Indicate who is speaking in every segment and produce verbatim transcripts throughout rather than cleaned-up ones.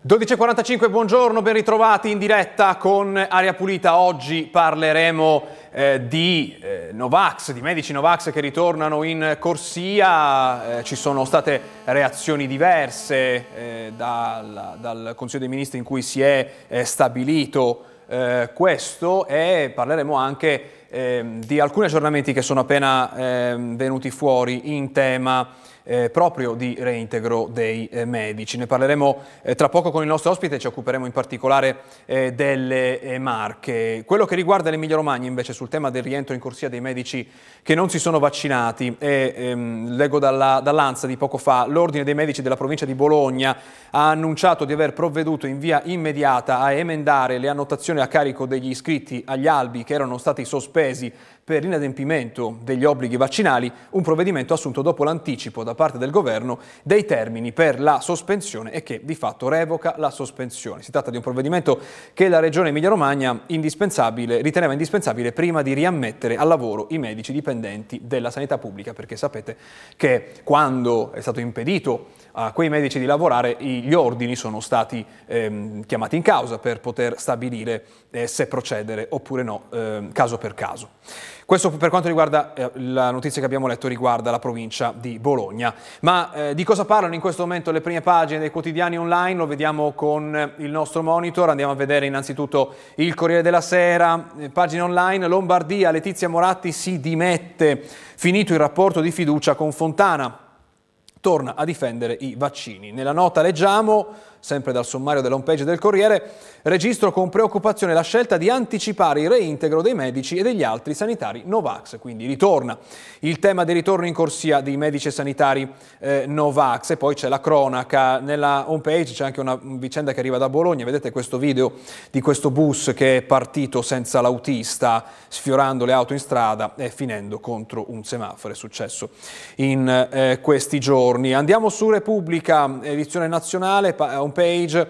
Speaker 1: dodici e quarantacinque, buongiorno, ben ritrovati in diretta con Aria Pulita. Oggi parleremo eh, di eh, Novax, di medici Novax che ritornano in corsia. Eh, ci sono state reazioni diverse eh, dal, dal Consiglio dei Ministri in cui si è eh, stabilito eh, questo, e parleremo anche eh, di alcuni aggiornamenti che sono appena eh, venuti fuori in tema Eh, proprio di reintegro dei eh, medici. Ne parleremo eh, tra poco con il nostro ospite, ci occuperemo in particolare eh, delle eh, Marche. Quello che riguarda l'Emilia Romagna invece, sul tema del rientro in corsia dei medici che non si sono vaccinati, e ehm, leggo dalla, dall'Ansa di poco fa: l'Ordine dei Medici della provincia di Bologna ha annunciato di aver provveduto in via immediata a emendare le annotazioni a carico degli iscritti agli albi che erano stati sospesi per l'inadempimento degli obblighi vaccinali, un provvedimento assunto dopo l'anticipo da parte del governo dei termini per la sospensione e che di fatto revoca la sospensione. Si tratta di un provvedimento che la Regione Emilia-Romagna indispensabile, riteneva indispensabile prima di riammettere al lavoro i medici dipendenti della sanità pubblica, perché sapete che quando è stato impedito a quei medici di lavorare, gli ordini sono stati ehm, chiamati in causa per poter stabilire eh, se procedere oppure no, eh, caso per caso. Questo per quanto riguarda eh, la notizia che abbiamo letto riguarda la provincia di Bologna. Ma eh, di cosa parlano in questo momento le prime pagine dei quotidiani online? Lo vediamo con il nostro monitor. Andiamo a vedere innanzitutto il Corriere della Sera, eh, pagina online. Lombardia, Letizia Moratti si dimette, finito il rapporto di fiducia con Fontana. Torna a difendere i vaccini. Nella nota leggiamo, sempre dal sommario della homepage del Corriere: registro con preoccupazione la scelta di anticipare il reintegro dei medici e degli altri sanitari Novax, quindi ritorna il tema del ritorno in corsia dei medici e sanitari eh, Novax. E poi c'è la cronaca, nella homepage c'è anche una vicenda che arriva da Bologna. Vedete questo video di questo bus che è partito senza l'autista, sfiorando le auto in strada e finendo contro un semaforo. È successo in eh, questi giorni. Andiamo su Repubblica, edizione nazionale, homepage.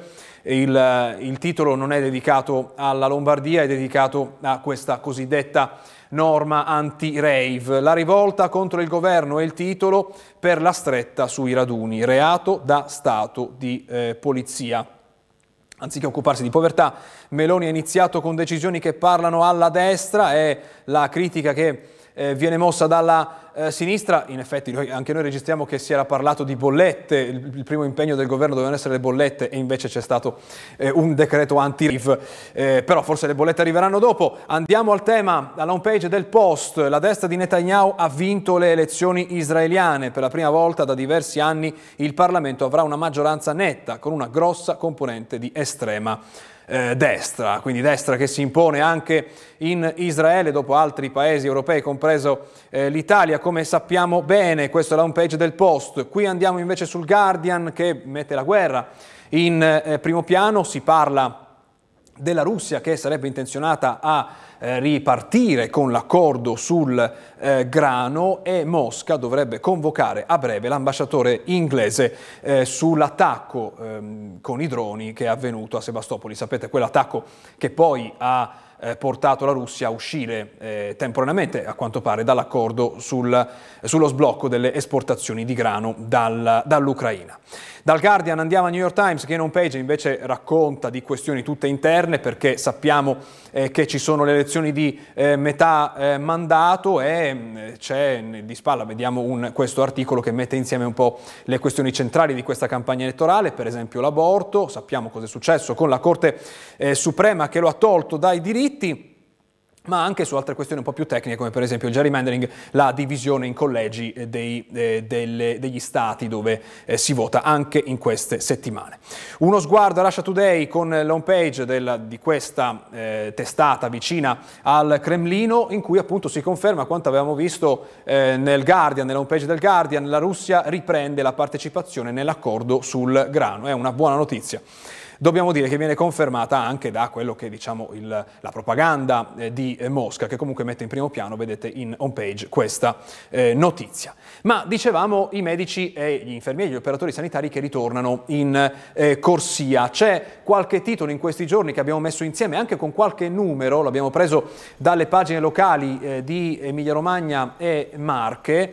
Speaker 1: Il, il titolo non è dedicato alla Lombardia, è dedicato a questa cosiddetta norma anti-rave. La rivolta contro il governo è il titolo, per la stretta sui raduni, reato da stato di eh, polizia. Anziché occuparsi di povertà, Meloni ha iniziato con decisioni che parlano alla destra. È la critica che eh, viene mossa dalla eh, sinistra. In effetti noi, anche noi registriamo che si era parlato di bollette, il, il primo impegno del governo dovevano essere le bollette e invece c'è stato eh, un decreto anti-rave, eh, però forse le bollette arriveranno dopo. Andiamo al tema, alla homepage del Post. La destra di Netanyahu ha vinto le elezioni israeliane. Per la prima volta da diversi anni il Parlamento avrà una maggioranza netta con una grossa componente di estrema Eh, destra, quindi destra che si impone anche in Israele dopo altri paesi europei, compreso eh, l'Italia, come sappiamo bene. Questa è la homepage del Post. Qui andiamo invece sul Guardian, che mette la guerra in eh, primo piano. Si parla della Russia che sarebbe intenzionata a eh, ripartire con l'accordo sul eh, grano, e Mosca dovrebbe convocare a breve l'ambasciatore inglese eh, sull'attacco ehm, con i droni che è avvenuto a Sebastopoli. Sapete, quell'attacco che poi ha eh, portato la Russia a uscire eh, temporaneamente, a quanto pare, dall'accordo sul, sullo sblocco delle esportazioni di grano dal, dall'Ucraina. Dal Guardian andiamo a New York Times, che in homepage invece racconta di questioni tutte interne, perché sappiamo eh, che ci sono le elezioni di eh, metà eh, mandato, e mh, c'è di spalla, vediamo un, questo articolo che mette insieme un po' le questioni centrali di questa campagna elettorale, per esempio l'aborto. Sappiamo cosa è successo con la Corte eh, Suprema che lo ha tolto dai diritti, ma anche su altre questioni un po' più tecniche, come per esempio il gerrymandering, la divisione in collegi dei, eh, delle, degli stati dove eh, si vota anche in queste settimane. Uno sguardo a Russia Today con l'homepage di questa eh, testata vicina al Cremlino, in cui appunto si conferma quanto avevamo visto eh, nel Guardian, nell'homepage del Guardian. La Russia riprende la partecipazione nell'accordo sul grano. È una buona notizia. Dobbiamo dire che viene confermata anche da quello che, diciamo, il, la propaganda eh, di eh, Mosca, che comunque mette in primo piano, vedete in homepage, questa eh, notizia. Ma dicevamo i medici e gli infermieri, gli operatori sanitari che ritornano in eh, corsia. C'è qualche titolo in questi giorni che abbiamo messo insieme anche con qualche numero, l'abbiamo preso dalle pagine locali eh, di Emilia Romagna e Marche.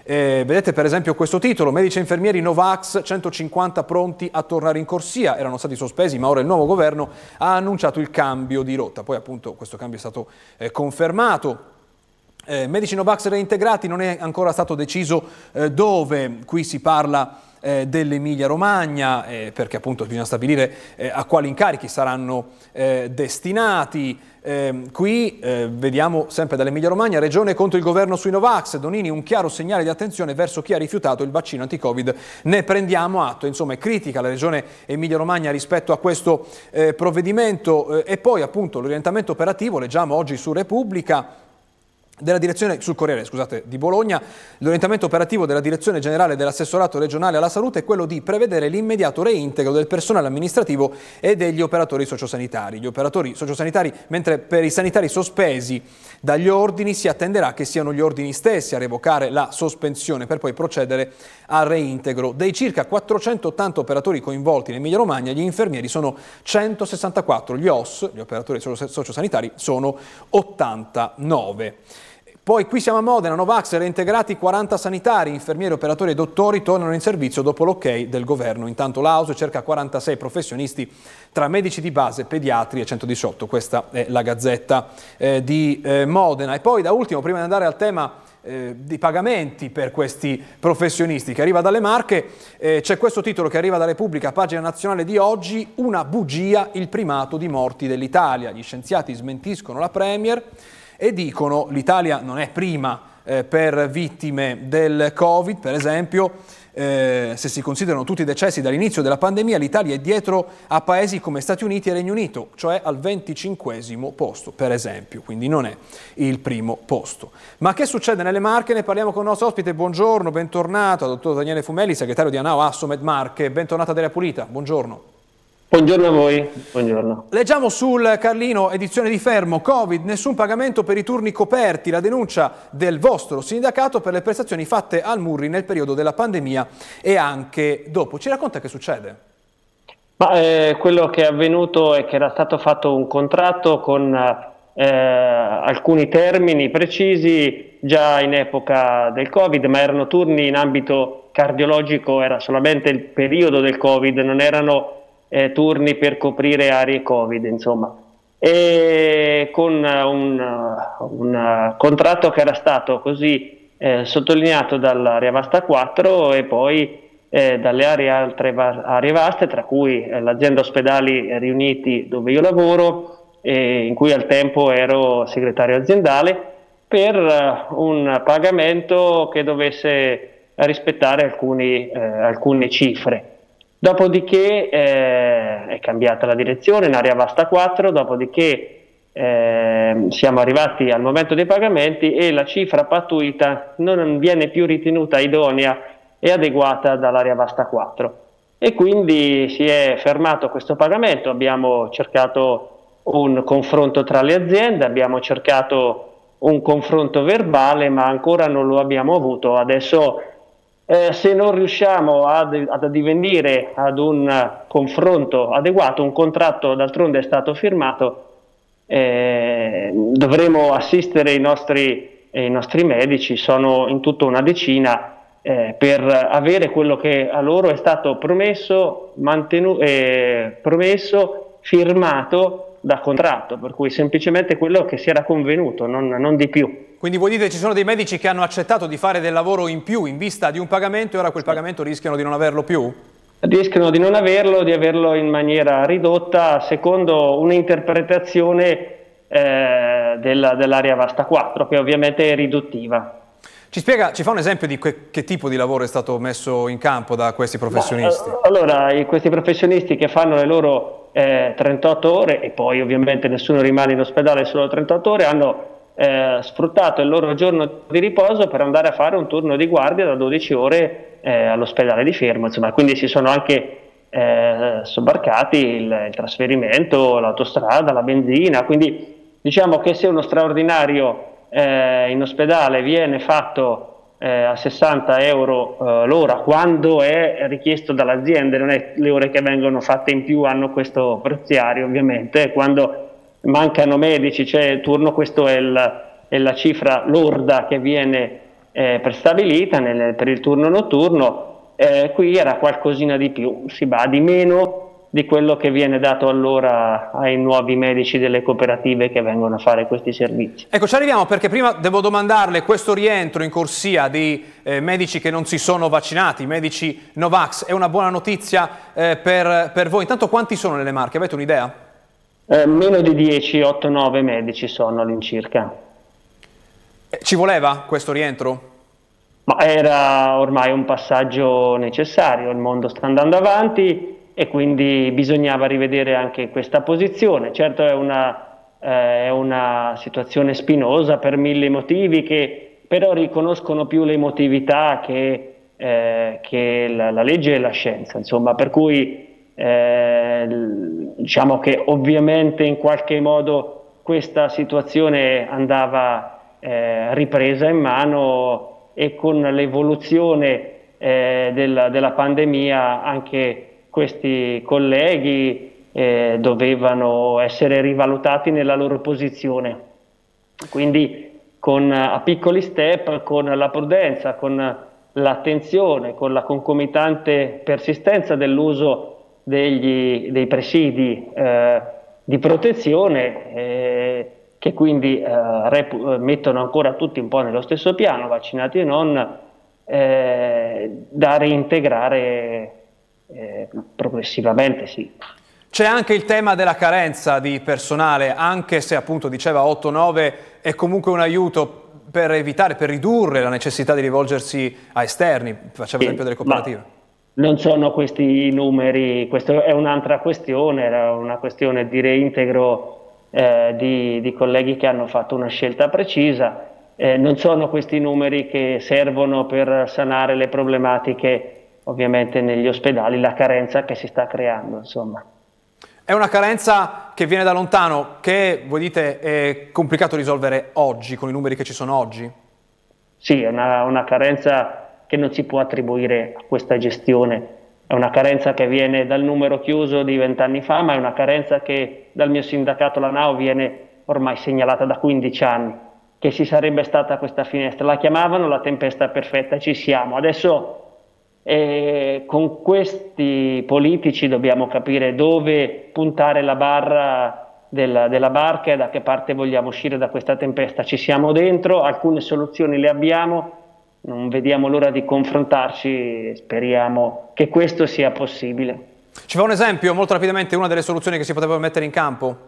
Speaker 1: Eh, vedete per esempio questo titolo: medici e infermieri Novax, centocinquanta pronti a tornare in corsia. Erano stati sospesi, ma ora il nuovo governo ha annunciato il cambio di rotta. Poi appunto questo cambio è stato eh, confermato. Eh, medici Novax reintegrati, non è ancora stato deciso eh, dove. Qui si parla eh, dell'Emilia Romagna, eh, perché appunto bisogna stabilire eh, a quali incarichi saranno eh, destinati. Eh, qui eh, vediamo sempre dall'Emilia Romagna: regione contro il governo sui Novax, Donini un chiaro segnale di attenzione verso chi ha rifiutato il vaccino anti-Covid, ne prendiamo atto. Insomma, è critica la regione Emilia Romagna rispetto a questo eh, provvedimento. Eh, e poi appunto l'orientamento operativo, leggiamo oggi su Repubblica, della direzione, sul Corriere scusate, di Bologna, l'orientamento operativo della direzione generale dell'assessorato regionale alla salute è quello di prevedere l'immediato reintegro del personale amministrativo e degli operatori sociosanitari. Gli operatori sociosanitari, mentre per i sanitari sospesi dagli ordini si attenderà che siano gli ordini stessi a revocare la sospensione per poi procedere al reintegro. Dei circa quattrocentottanta operatori coinvolti in Emilia Romagna, gli infermieri sono centosessantaquattro, gli O S, gli operatori sociosanitari, sono ottantanove. Poi qui siamo a Modena, Novax reintegrati quaranta sanitari, infermieri, operatori e dottori tornano in servizio dopo l'ok del governo. Intanto l'A U S cerca quarantasei professionisti tra medici di base, pediatri e centodiciotto. Questa è la Gazzetta eh, di eh, Modena. E poi da ultimo, prima di andare al tema eh, di pagamenti per questi professionisti che arriva dalle Marche, eh, c'è questo titolo che arriva da Repubblica, pagina nazionale di oggi: una bugia, il primato di morti dell'Italia. Gli scienziati smentiscono la Premier e dicono l'Italia non è prima eh, per vittime del Covid, per esempio. Eh, se si considerano tutti i decessi dall'inizio della pandemia, l'Italia è dietro a paesi come Stati Uniti e Regno Unito, cioè al venticinquesimo posto, per esempio, quindi non è il primo posto. Ma che succede nelle Marche? Ne parliamo con il nostro ospite. Buongiorno, bentornato, dottor Daniele Fumelli, segretario di ANAO Assomed Marche. Bentornata Adele Pulita, buongiorno.
Speaker 2: Buongiorno a voi, buongiorno.
Speaker 1: Leggiamo sul Carlino, edizione di Fermo: Covid, nessun pagamento per i turni coperti, la denuncia del vostro sindacato per le prestazioni fatte al Murri nel periodo della pandemia e anche dopo. Ci racconta che succede?
Speaker 2: Ma, eh, quello che è avvenuto è che era stato fatto un contratto con eh, alcuni termini precisi già in epoca del Covid, ma erano turni in ambito cardiologico, era solamente il periodo del Covid, non erano Eh, turni per coprire aree Covid, insomma, e con un, un contratto che era stato così eh, sottolineato dall'area vasta quattro e poi eh, dalle aree, altre aree vaste, tra cui eh, l'azienda Ospedali Riuniti dove io lavoro, eh, in cui al tempo ero segretario aziendale, per eh, un pagamento che dovesse rispettare alcuni, eh, alcune cifre. Dopodiché eh, è cambiata la direzione in area vasta quattro, dopodiché eh, siamo arrivati al momento dei pagamenti e la cifra pattuita non viene più ritenuta idonea e adeguata dall'area vasta quattro. E quindi si è fermato questo pagamento, abbiamo cercato un confronto tra le aziende, abbiamo cercato un confronto verbale, ma ancora non lo abbiamo avuto. Adesso Eh, se non riusciamo ad, ad addivenire ad un confronto adeguato, un contratto d'altronde è stato firmato, eh, dovremo assistere i nostri, eh, i nostri medici, sono in tutto una decina, eh, per avere quello che a loro è stato promesso, mantenu- eh, promesso, firmato da contratto, per cui semplicemente quello che si era convenuto, non, non di più.
Speaker 1: Quindi vuol dire che ci sono dei medici che hanno accettato di fare del lavoro in più in vista di un pagamento e ora quel pagamento rischiano di non averlo più?
Speaker 2: Rischiano di non averlo, di averlo in maniera ridotta secondo un'interpretazione eh, della, dell'area vasta quattro, che ovviamente è riduttiva.
Speaker 1: Ci spiega, ci fa un esempio di que, che tipo di lavoro è stato messo in campo da questi professionisti?
Speaker 2: Ma, allora, questi professionisti che fanno le loro eh, trentotto ore, e poi ovviamente nessuno rimane in ospedale solo trentotto ore, hanno Eh, sfruttato il loro giorno di riposo per andare a fare un turno di guardia da dodici ore eh, all'ospedale di Fermo, insomma, quindi si sono anche eh, sobbarcati il, il trasferimento, l'autostrada, la benzina, quindi diciamo che se uno straordinario eh, in ospedale viene fatto eh, a sessanta euro eh, l'ora quando è richiesto dall'azienda, non è le ore che vengono fatte in più hanno questo preziario ovviamente, quando mancano medici, c'è il turno, questo è, il, è la cifra lorda che viene eh, prestabilita nel, per il turno notturno, eh, qui era qualcosina di più, si va di meno di quello che viene dato allora ai nuovi medici delle cooperative che vengono a fare questi servizi.
Speaker 1: Ecco, ci arriviamo, perché prima devo domandarle questo rientro in corsia di eh, medici che non si sono vaccinati, medici Novax, è una buona notizia eh, per, per voi. Intanto quanti sono nelle Marche? Avete un'idea?
Speaker 2: Eh, meno di dieci, otto nove medici sono all'incirca.
Speaker 1: Eh, ci voleva questo rientro?
Speaker 2: Ma era ormai un passaggio necessario, il mondo sta andando avanti e quindi bisognava rivedere anche questa posizione. Certo è una, eh, è una situazione spinosa per mille motivi che però riconoscono più l'emotività che, eh, che la, la legge e la scienza, insomma, per cui eh, diciamo che ovviamente in qualche modo questa situazione andava eh, ripresa in mano e con l'evoluzione eh, della, della pandemia anche questi colleghi eh, dovevano essere rivalutati nella loro posizione. Quindi con, a piccoli step, con la prudenza, con l'attenzione, con la concomitante persistenza dell'uso degli, dei presidi eh, di protezione eh, che quindi eh, mettono ancora tutti un po' nello stesso piano, vaccinati e non, eh, da reintegrare Eh, progressivamente, sì.
Speaker 1: C'è anche il tema della carenza di personale, anche se appunto diceva otto nove è comunque un aiuto per evitare, per ridurre la necessità di rivolgersi a esterni, faceva
Speaker 2: sì,
Speaker 1: esempio delle cooperative.
Speaker 2: Non sono questi numeri, questa è un'altra questione, era una questione di reintegro eh, di, di colleghi che hanno fatto una scelta precisa, eh, non sono questi numeri che servono per sanare le problematiche ovviamente negli ospedali, la carenza che si sta creando, insomma.
Speaker 1: È una carenza che viene da lontano, che voi dite è complicato risolvere oggi, con i numeri che ci sono oggi?
Speaker 2: Sì, è una, una carenza che non si può attribuire a questa gestione, è una carenza che viene dal numero chiuso di vent'anni fa, ma è una carenza che dal mio sindacato la NAO viene ormai segnalata da quindici anni, che ci sarebbe stata questa finestra. La chiamavano la tempesta perfetta, ci siamo. Adesso E con questi politici dobbiamo capire dove puntare la barra della, della barca e da che parte vogliamo uscire da questa tempesta. Ci siamo dentro, alcune soluzioni le abbiamo, non vediamo l'ora di confrontarci e speriamo che questo sia possibile.
Speaker 1: Ci fa un esempio, molto rapidamente, una delle soluzioni che si potevano mettere in campo?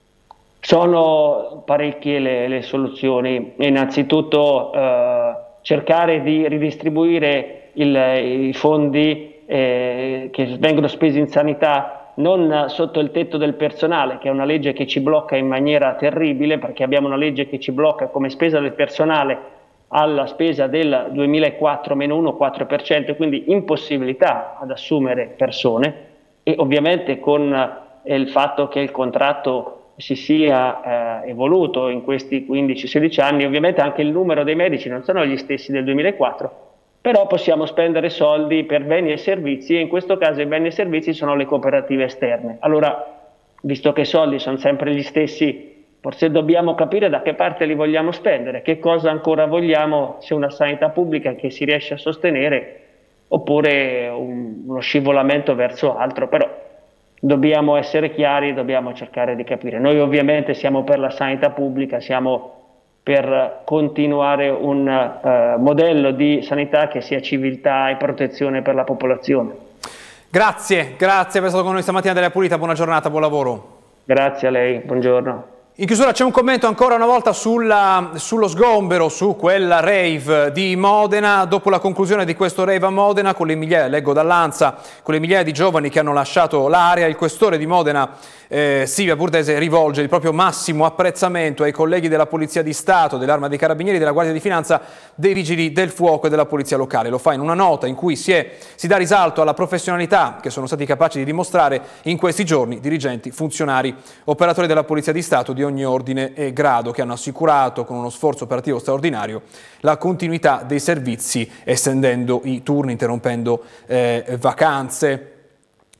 Speaker 2: Sono parecchie le, le soluzioni. Innanzitutto eh, cercare di ridistribuire Il, i fondi eh, che vengono spesi in sanità non sotto il tetto del personale, che è una legge che ci blocca in maniera terribile, perché abbiamo una legge che ci blocca come spesa del personale alla spesa del duemilaquattro meno uno virgola quattro per cento, quindi impossibilità ad assumere persone, e ovviamente con eh, il fatto che il contratto si sia eh, evoluto in questi quindici sedici anni, ovviamente anche il numero dei medici non sono gli stessi del duemilaquattro, però possiamo spendere soldi per beni e servizi, e in questo caso i beni e servizi sono le cooperative esterne. Allora, visto che i soldi sono sempre gli stessi, forse dobbiamo capire da che parte li vogliamo spendere, che cosa ancora vogliamo, se una sanità pubblica che si riesce a sostenere oppure un, uno scivolamento verso altro, però dobbiamo essere chiari, dobbiamo cercare di capire. Noi ovviamente siamo per la sanità pubblica, siamo per continuare un uh, modello di sanità che sia civiltà e protezione per la popolazione.
Speaker 1: Grazie, grazie per essere stato con noi stamattina della Pulita, buona giornata, buon lavoro.
Speaker 2: Grazie a lei, buongiorno.
Speaker 1: In chiusura c'è un commento ancora una volta sulla, sullo sgombero, su quella rave di Modena. Dopo la conclusione di questo rave a Modena, con le migliaia, leggo dall'Ansa, con le migliaia di giovani che hanno lasciato l'area, il questore di Modena, eh, Silvia Burdese, rivolge il proprio massimo apprezzamento ai colleghi della Polizia di Stato, dell'Arma dei Carabinieri, della Guardia di Finanza, dei Vigili del Fuoco e della Polizia Locale. Lo fa in una nota in cui si, è, si dà risalto alla professionalità che sono stati capaci di dimostrare in questi giorni dirigenti, funzionari, operatori della Polizia di Stato di ogni ordine e grado, che hanno assicurato con uno sforzo operativo straordinario la continuità dei servizi, estendendo i turni, interrompendo eh, vacanze.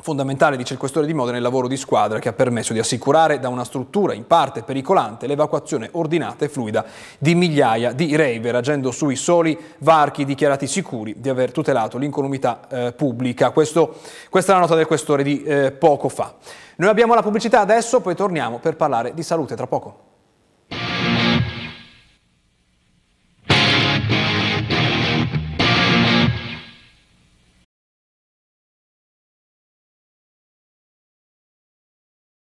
Speaker 1: Fondamentale, dice il questore di Modena, il lavoro di squadra che ha permesso di assicurare da una struttura in parte pericolante l'evacuazione ordinata e fluida di migliaia di raver, agendo sui soli varchi dichiarati sicuri di aver tutelato l'incolumità eh, pubblica. Questo, questa è la nota del questore di eh, poco fa. Noi abbiamo la pubblicità adesso, poi torniamo per parlare di salute tra poco.